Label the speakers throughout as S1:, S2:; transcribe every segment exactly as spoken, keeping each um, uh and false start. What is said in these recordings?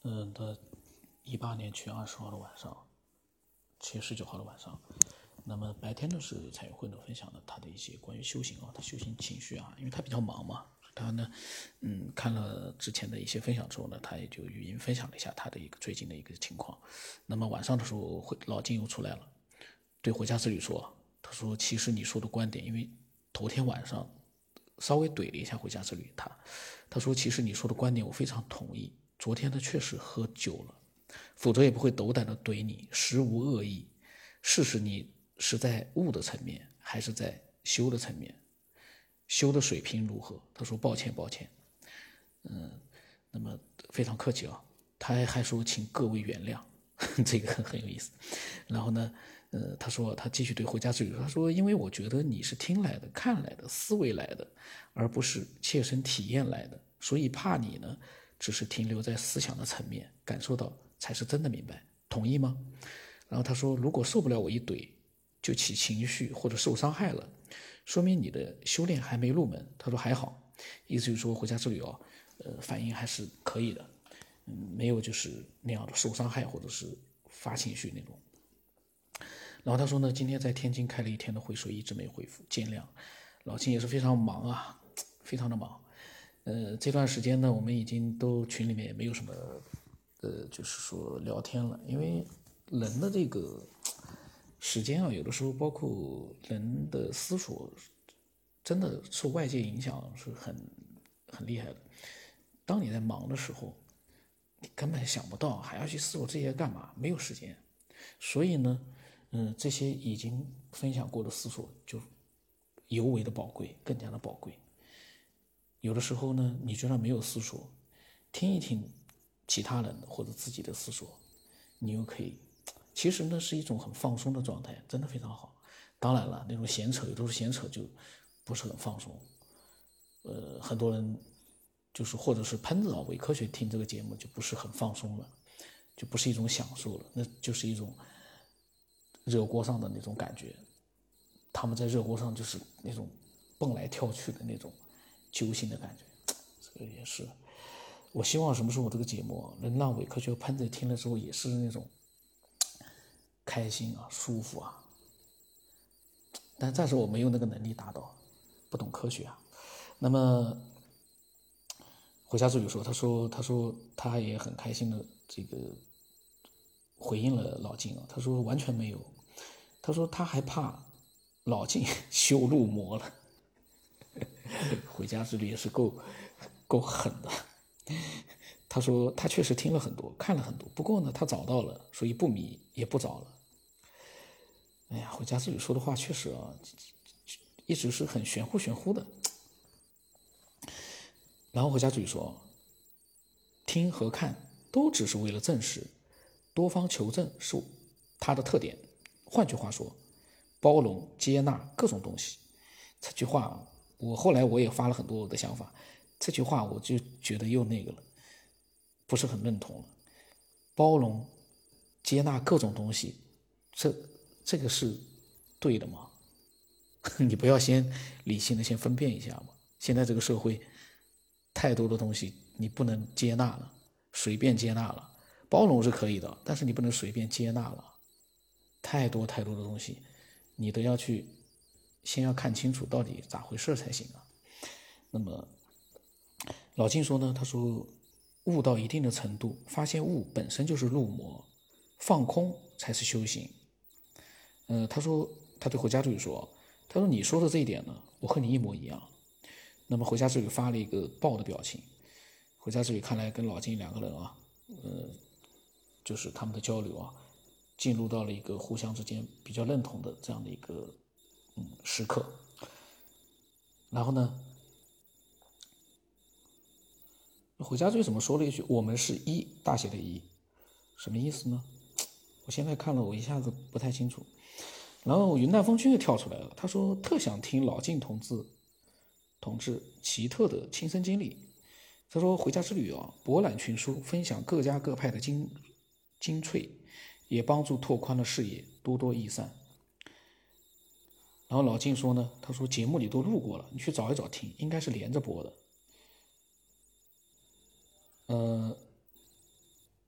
S1: 嗯，的一八年七月二十号的晚上，七月十九号的晚上，那么白天呢是蔡元慧呢分享了他的一些关于修行啊，他修行情绪啊，因为他比较忙嘛，他呢，嗯，看了之前的一些分享之后呢，他也就语音分享了一下他的一个最近的一个情况。那么晚上的时候，会老金又出来了，对回家之旅说，他说其实你说的观点，因为头天晚上稍微怼了一下回家之旅，他他说其实你说的观点我非常同意。昨天呢确实喝酒了，否则也不会斗胆的怼你，实无恶意。试试你是在悟的层面，还是在修的层面，修的水平如何？他说抱歉抱歉，嗯，那么非常客气啊，他还说请各位原谅，这个很有意思。然后呢，呃，他说他继续对回家之旅说，他说因为我觉得你是听来的、看来的、思维来的，而不是切身体验来的，所以怕你呢只是停留在思想的层面，感受到才是真的明白，同意吗？然后他说，如果受不了我一怼，就起情绪或者受伤害了，说明你的修炼还没入门。他说还好，意思就是说回家之旅哦，呃，反应还是可以的，嗯，没有就是那样的受伤害或者是发情绪那种。然后他说呢，今天在天津开了一天的会，所以一直没回复，见谅。老金也是非常忙啊，非常的忙。呃，这段时间呢，我们已经都群里面也没有什么，呃，就是说聊天了，因为人的这个时间啊，有的时候包括人的思索，真的受外界影响是很很厉害的。当你在忙的时候，你根本想不到还要去思索这些干嘛，没有时间。所以呢，嗯，这些已经分享过的思索就尤为的宝贵，更加的宝贵。有的时候呢，你觉得没有思索，听一听其他人的或者自己的思索，你又可以，其实呢是一种很放松的状态，真的非常好。当然了，那种闲扯，有的时候闲扯就不是很放松。呃，很多人就是或者是喷子啊，伪科学听这个节目就不是很放松了，就不是一种享受了，那就是一种热锅上的那种感觉。他们在热锅上就是那种蹦来跳去的那种揪心的感觉，这个也是。我希望什么时候我这个节目能让伪科学喷子听了之后也是那种开心啊、舒服啊，但暂时我没有那个能力达到，不懂科学啊。那么回家之旅说，他说他说他也很开心的这个回应了老金啊，他说完全没有，他说他还怕老金修入魔了。回家之旅也是够够狠的。他说他确实听了很多，看了很多，不过呢，他找到了，所以不迷也不找了。哎呀，回家之旅说的话确实啊，一直是很玄乎玄乎的。然后回家之旅说，听和看都只是为了证实，多方求证是他的特点。换句话说，包容接纳各种东西。这句话我后来我也发了很多我的想法，这句话我就觉得又那个了，不是很认同了。包容接纳各种东西，这这个是对的吗？你不要先理性的先分辨一下吗？现在这个社会太多的东西你不能接纳了，随便接纳了。包容是可以的，但是你不能随便接纳了。太多太多的东西你都要去先要看清楚到底咋回事才行啊。那么老金说呢，他说悟到一定的程度，发现悟本身就是入魔，放空才是修行。呃，他说他对回家之旅说，他说你说的这一点呢，我和你一模一样。那么回家之旅发了一个爆的表情。回家之旅看来跟老金两个人啊，呃，就是他们的交流啊，进入到了一个互相之间比较认同的这样的一个嗯时刻。然后呢，回家之旅怎么说了一句：“我们是一大写的一”，什么意思呢？我现在看了，我一下子不太清楚。然后云淡风轻又跳出来了，他说特想听老晋同志同志奇特的亲身经历。他说回家之旅啊，博览群书，分享各家各派的精精粹，也帮助拓宽了视野，多多益善。然后老晋说呢，他说节目里都录过了，你去找一找听，应该是连着播的。呃，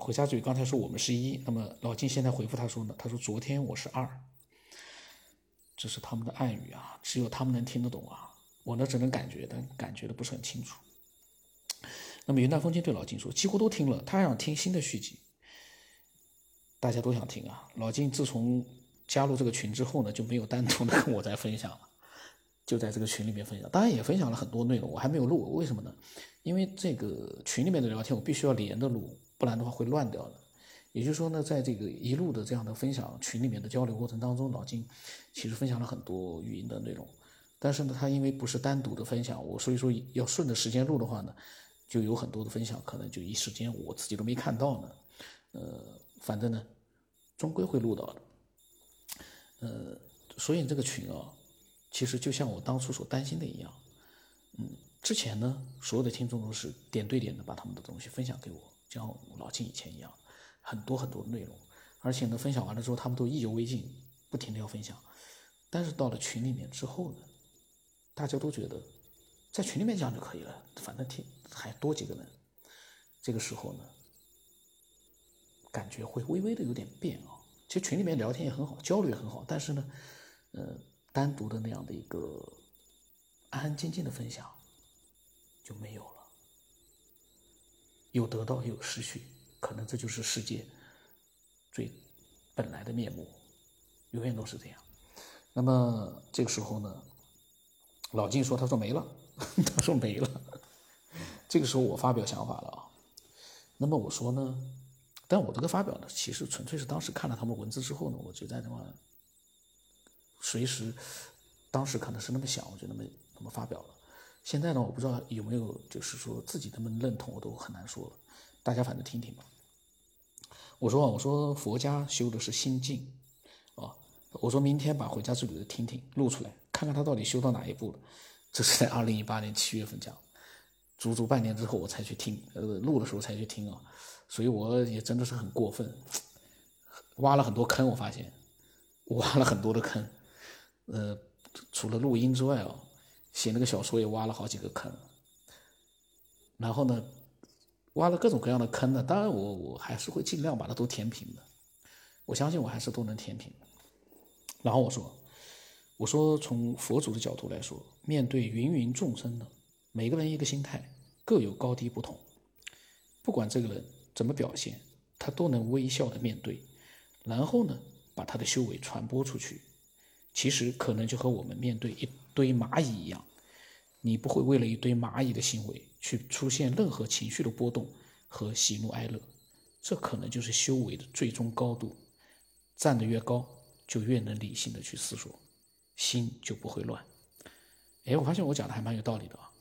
S1: 回家之语刚才说我们是一，那么老金现在回复他说呢，他说昨天我是二，这是他们的暗语啊，只有他们能听得懂啊，我呢只能感觉，但感觉的不是很清楚。那么云淡风轻对老金说，几乎都听了，他还想听新的续集。大家都想听啊。老金自从加入这个群之后呢，就没有单独的跟我在分享了，就在这个群里面分享，当然也分享了很多内容，我还没有录，为什么呢？因为这个群里面的聊天我必须要连着录，不然的话会乱掉的。也就是说呢，在这个一路的这样的分享群里面的交流过程当中，老金其实分享了很多语音的内容，但是呢，他因为不是单独的分享，我所以说要顺着时间录的话呢，就有很多的分享可能就一时间我自己都没看到呢。呃，反正呢，终归会录到的。呃，所以这个群啊，其实就像我当初所担心的一样，嗯，之前呢，所有的听众都是点对点的把他们的东西分享给我，像老金以前一样，很多很多的内容，而且呢，分享完了之后，他们都意犹未尽，不停的要分享。但是到了群里面之后呢，大家都觉得在群里面讲就可以了，反正听还多几个人，这个时候呢，感觉会微微的有点变啊。其实群里面聊天也很好，交流也很好，但是呢，呃，单独的那样的一个安安静静的分享就没有了，有得到也有失去，可能这就是世界最本来的面目，永远都是这样。那么这个时候呢，老金说，他说没了，他说没了。这个时候我发表想法了啊。那么我说呢，但我这个发表呢，其实纯粹是当时看了他们文字之后呢，我就在那么随时，当时可能是那么想，我就那么那么发表了。现在呢，我不知道有没有就是说自己能不能认同，我都很难说了。大家反正听听吧。我说我说佛家修的是心境啊，我说明天把回家之旅的听听录出来，看看他到底修到哪一步了。这是在二零一八年七月份讲，足足半年之后我才去听，呃，录的时候才去听啊，所以我也真的是很过分，挖了很多坑，我发现挖了很多的坑，呃，除了录音之外啊，写那个小说也挖了好几个坑，然后呢，挖了各种各样的坑呢，当然我我还是会尽量把它都填平的，我相信我还是都能填平的。然后我说，我说从佛祖的角度来说，面对芸芸众生呢，每个人一个心态，各有高低不同，不管这个人怎么表现，他都能微笑的面对，然后呢，把他的修为传播出去。其实可能就和我们面对一堆蚂蚁一样，你不会为了一堆蚂蚁的行为去出现任何情绪的波动和喜怒哀乐，这可能就是修为的最终高度。站得越高，就越能理性的去思索，心就不会乱。哎，我发现我讲的还蛮有道理的啊。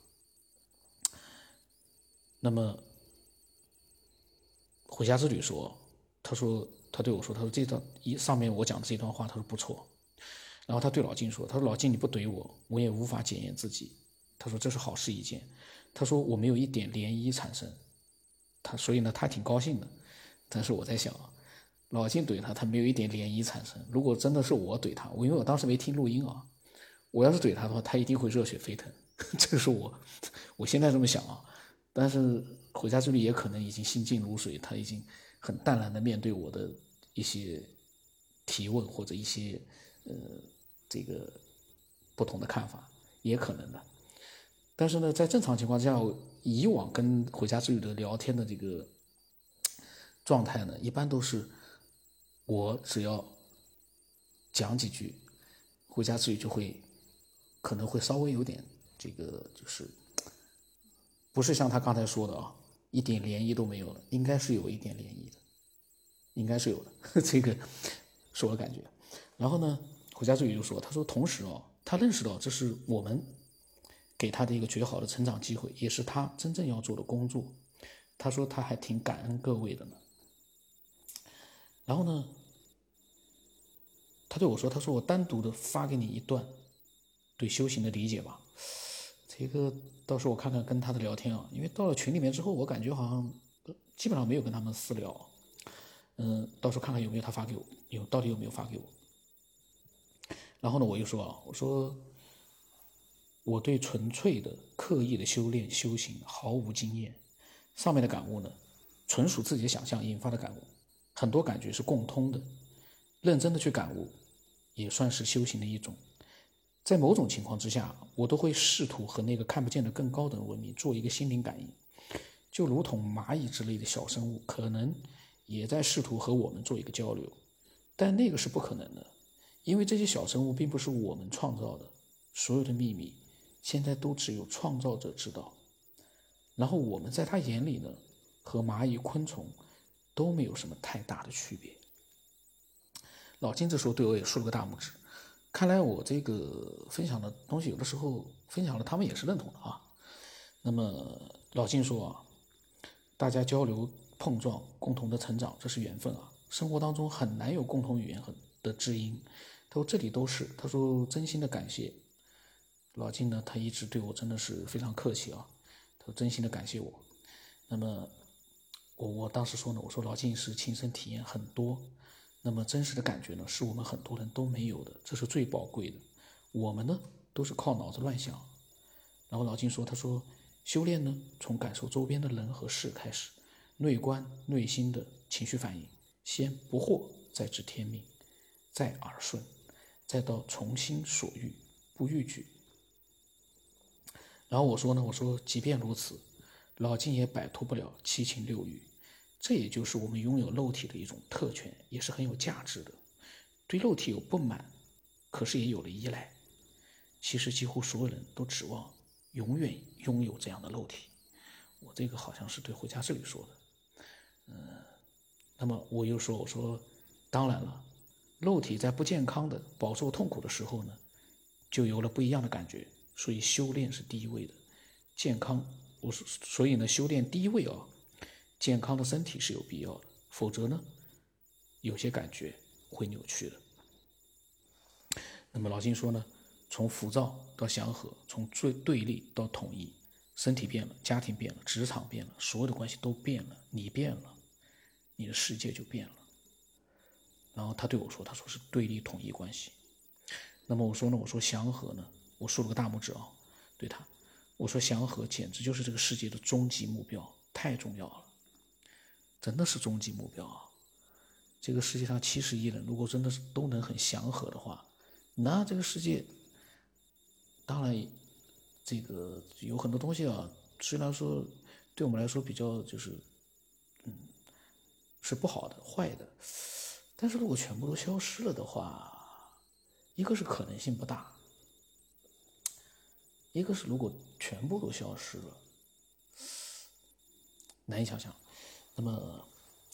S1: 那么回家之旅说，他说他对我说，他说这段一上面我讲的这段话，他说不错。然后他对老金说，他说老金你不怼我，我也无法检验自己。他说这是好事一件。他说我没有一点涟漪产生，他所以呢他挺高兴的。但是我在想啊，老金怼他，他没有一点涟漪产生。如果真的是我怼他，我因为我当时没听录音啊，我要是怼他的话，他一定会热血沸腾。这是我我现在这么想啊。但是回家之旅也可能已经心静如水，他已经很淡然的面对我的一些提问或者一些呃这个不同的看法，也可能的。但是呢，在正常情况下，以往跟回家之旅的聊天的这个状态呢，一般都是我只要讲几句，回家之旅就会可能会稍微有点这个就是不是像他刚才说的啊，一点涟漪都没有了，应该是有一点涟漪的，应该是有的，这个是我的感觉。然后呢，回家之旅就说，他说同时哦，他认识到这是我们给他的一个绝好的成长机会，也是他真正要做的工作。他说他还挺感恩各位的呢。然后呢，他对我说，他说我单独的发给你一段对修行的理解吧。这个到时候我看看跟他的聊天啊，因为到了群里面之后，我感觉好像基本上没有跟他们私聊。嗯，到时候看看有没有他发给我，有到底有没有发给我。然后呢，我又说啊，我说我对纯粹的刻意的修炼修行毫无经验，上面的感悟呢， 纯属自己的想象引发的感悟，很多感觉是共通的，认真的去感悟也算是修行的一种。在某种情况之下，我都会试图和那个看不见的更高等文明做一个心灵感应，就如同蚂蚁之类的小生物可能也在试图和我们做一个交流，但那个是不可能的，因为这些小生物并不是我们创造的，所有的秘密现在都只有创造者知道。然后我们在他眼里呢，和蚂蚁、昆虫都没有什么太大的区别。老金这时候对我也竖了个大拇指，看来我这个分享的东西有的时候分享了他们也是认同的啊。那么老金说啊，大家交流碰撞，共同的成长，这是缘分啊。生活当中很难有共同语言和的知音。他说这里都是，他说真心的感谢。老金呢，他一直对我真的是非常客气啊，他说真心的感谢我。那么我我当时说呢，我说老金是亲身体验很多，那么真实的感觉呢，是我们很多人都没有的，这是最宝贵的。我们呢，都是靠脑子乱想。然后老金说，他说修炼呢，从感受周边的人和事开始，内观内心的情绪反应，先不惑，再知天命，再耳顺，再到从心所欲，不逾矩。然后我说呢，我说即便如此，老金也摆脱不了七情六欲，这也就是我们拥有肉体的一种特权，也是很有价值的。对肉体有不满，可是也有了依赖。其实几乎所有人都指望永远拥有这样的肉体。我这个好像是对回家之旅说的。嗯，那么我又说，我说当然了，肉体在不健康的饱受痛苦的时候呢，就有了不一样的感觉。所以修炼是第一位的，健康，我所以呢，修炼第一位啊，健康的身体是有必要的，否则呢，有些感觉会扭曲的。那么老金说呢，从浮躁到祥和，从最对立到统一，身体变了，家庭变了，职场变了，所有的关系都变了，你变了，你的世界就变了。然后他对我说，他说是对立统一关系。那么我说呢，我说祥和呢，我竖了个大拇指啊，对他，我说祥和简直就是这个世界的终极目标，太重要了，真的是终极目标啊！这个世界上七十亿人，如果真的是都能很祥和的话，那这个世界，当然，这个有很多东西啊，虽然说对我们来说比较就是，嗯，是不好的、坏的，但是如果全部都消失了的话，一个是可能性不大，一个是如果全部都消失了，难以想象。那么，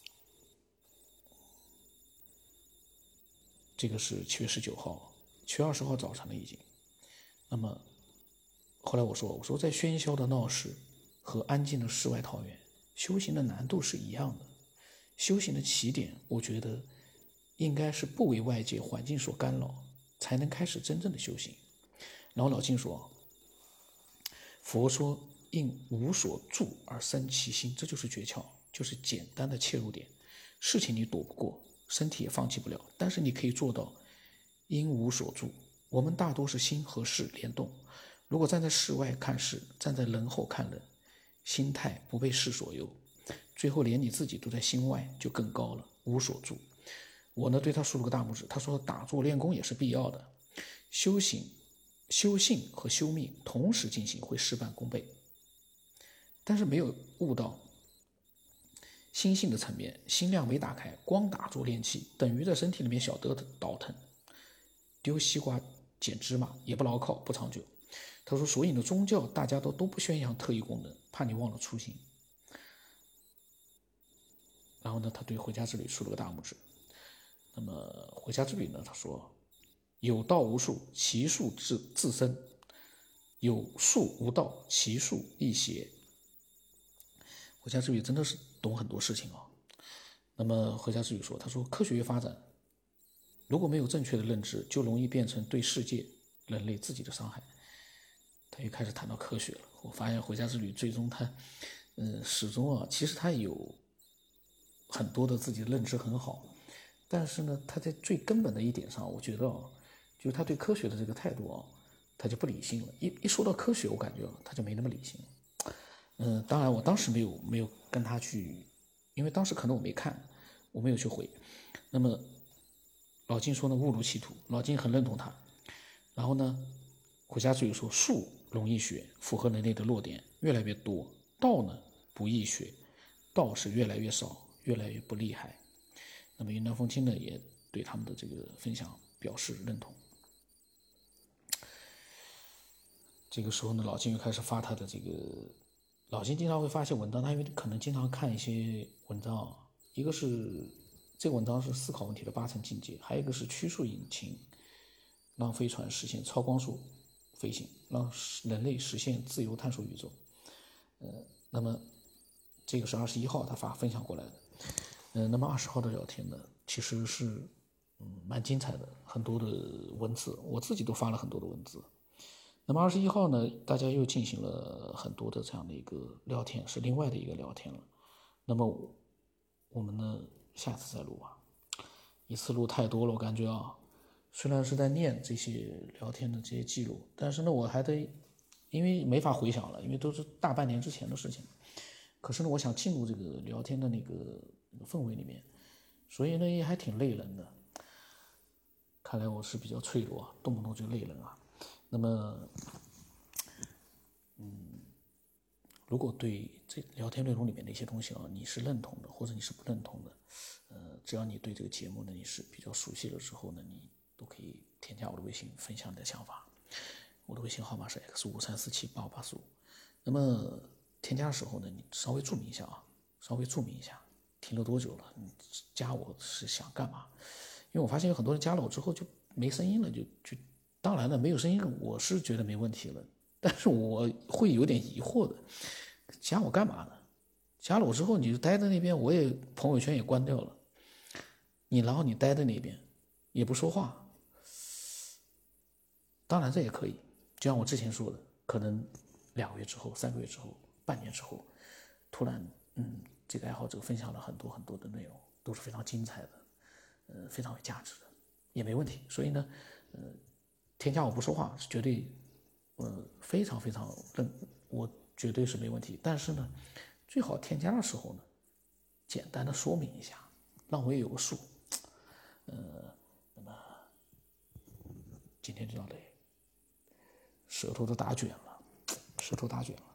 S1: 这个是七月十九号，七月二十号早晨了已经。那么，后来我说，我说在喧嚣的闹市和安静的世外桃源，修行的难度是一样的。修行的起点，我觉得应该是不为外界环境所干扰，才能开始真正的修行。然后老金说，佛说因无所住而生其心，这就是诀窍，就是简单的切入点。事情你躲不过，身体也放弃不了，但是你可以做到因无所住。我们大多是心和事联动，如果站在事外看事，站在人后看人，心态不被事所诱，最后连你自己都在心外，就更高了，无所住。我呢对他竖了个大拇指，他说打坐练功也是必要的，修行修性和修命同时进行会事半功倍，但是没有悟到心性的层面，心量没打开，光打坐练气，等于在身体里面小得倒腾，丢西瓜捡芝麻，也不牢靠，不长久。他说，所以呢，宗教大家都都不宣扬特异功能，怕你忘了初心。然后呢，他对回家之旅竖了个大拇指。那么回家之旅呢，他说，有道无术，其术自自身；有术无道，其术亦邪。回家之旅真的是懂很多事情啊。那么回家之旅说，他说科学越发展，如果没有正确的认知，就容易变成对世界、人类自己的伤害。他又开始谈到科学了。我发现回家之旅最终他，嗯，始终啊，其实他有很多的自己的认知很好，但是呢，他在最根本的一点上，我觉得啊，就是他对科学的这个态度啊，他就不理性了。一一说到科学，我感觉他就没那么理性了。嗯，当然我当时没有没有跟他去因为当时可能我没看，我没有去回。那么老金说呢，误入歧途，老金很认同他。然后呢，回家之后说，术容易学，符合人类的弱点越来越多，道呢不易学，道是越来越少，越来越不厉害。那么云南风清呢也对他们的这个分享表示认同。这个时候呢，老金又开始发他的这个，老金经常会发一些文章，他因为可能经常看一些文章，一个是这个文章是思考问题的八层境界，还有一个是曲速引擎让飞船实现超光速飞行，让人类实现自由探索宇宙。呃，那么这个是二十一号他发分享过来的。呃，那么二十号的聊天呢，其实是嗯蛮精彩的，很多的文字，我自己都发了很多的文字。那么二十一号呢，大家又进行了很多的这样的一个聊天，是另外的一个聊天了。那么我们呢，下次再录吧，一次录太多了，我感觉啊，虽然是在念这些聊天的这些记录，但是呢，我还得，因为没法回想了，因为都是大半年之前的事情。可是呢，我想进入这个聊天的那个氛围里面，所以呢，也还挺累人的。看来我是比较脆弱，动不动就累人啊。那么，嗯，如果对这聊天内容里面的一些东西啊，你是认同的，或者你是不认同的，呃，只要你对这个节目呢你是比较熟悉了之后呢，你都可以添加我的微信分享你的想法。我的微信号码是 x 五三四七八五八四五。那么添加的时候呢，你稍微注明一下啊，稍微注明一下，听了多久了？你加我是想干嘛？因为我发现有很多人加了我之后就没声音了，就就。当然了，没有声音我是觉得没问题了，但是我会有点疑惑的，加我干嘛呢？加了我之后你就待在那边，我也朋友圈也关掉了，你然后你待在那边也不说话，当然这也可以，就像我之前说的，可能两个月之后、三个月之后、半年之后，突然嗯，这个爱好者分享了很多很多的内容，都是非常精彩的，呃，非常有价值的，也没问题。所以呢，呃。添加我不说话是绝对，呃，非常非常认，我绝对是没问题。但是呢，最好添加的时候呢，简单的说明一下，让我也有个数。呃，那么今天就到这里，舌头都打卷了，舌头打卷了。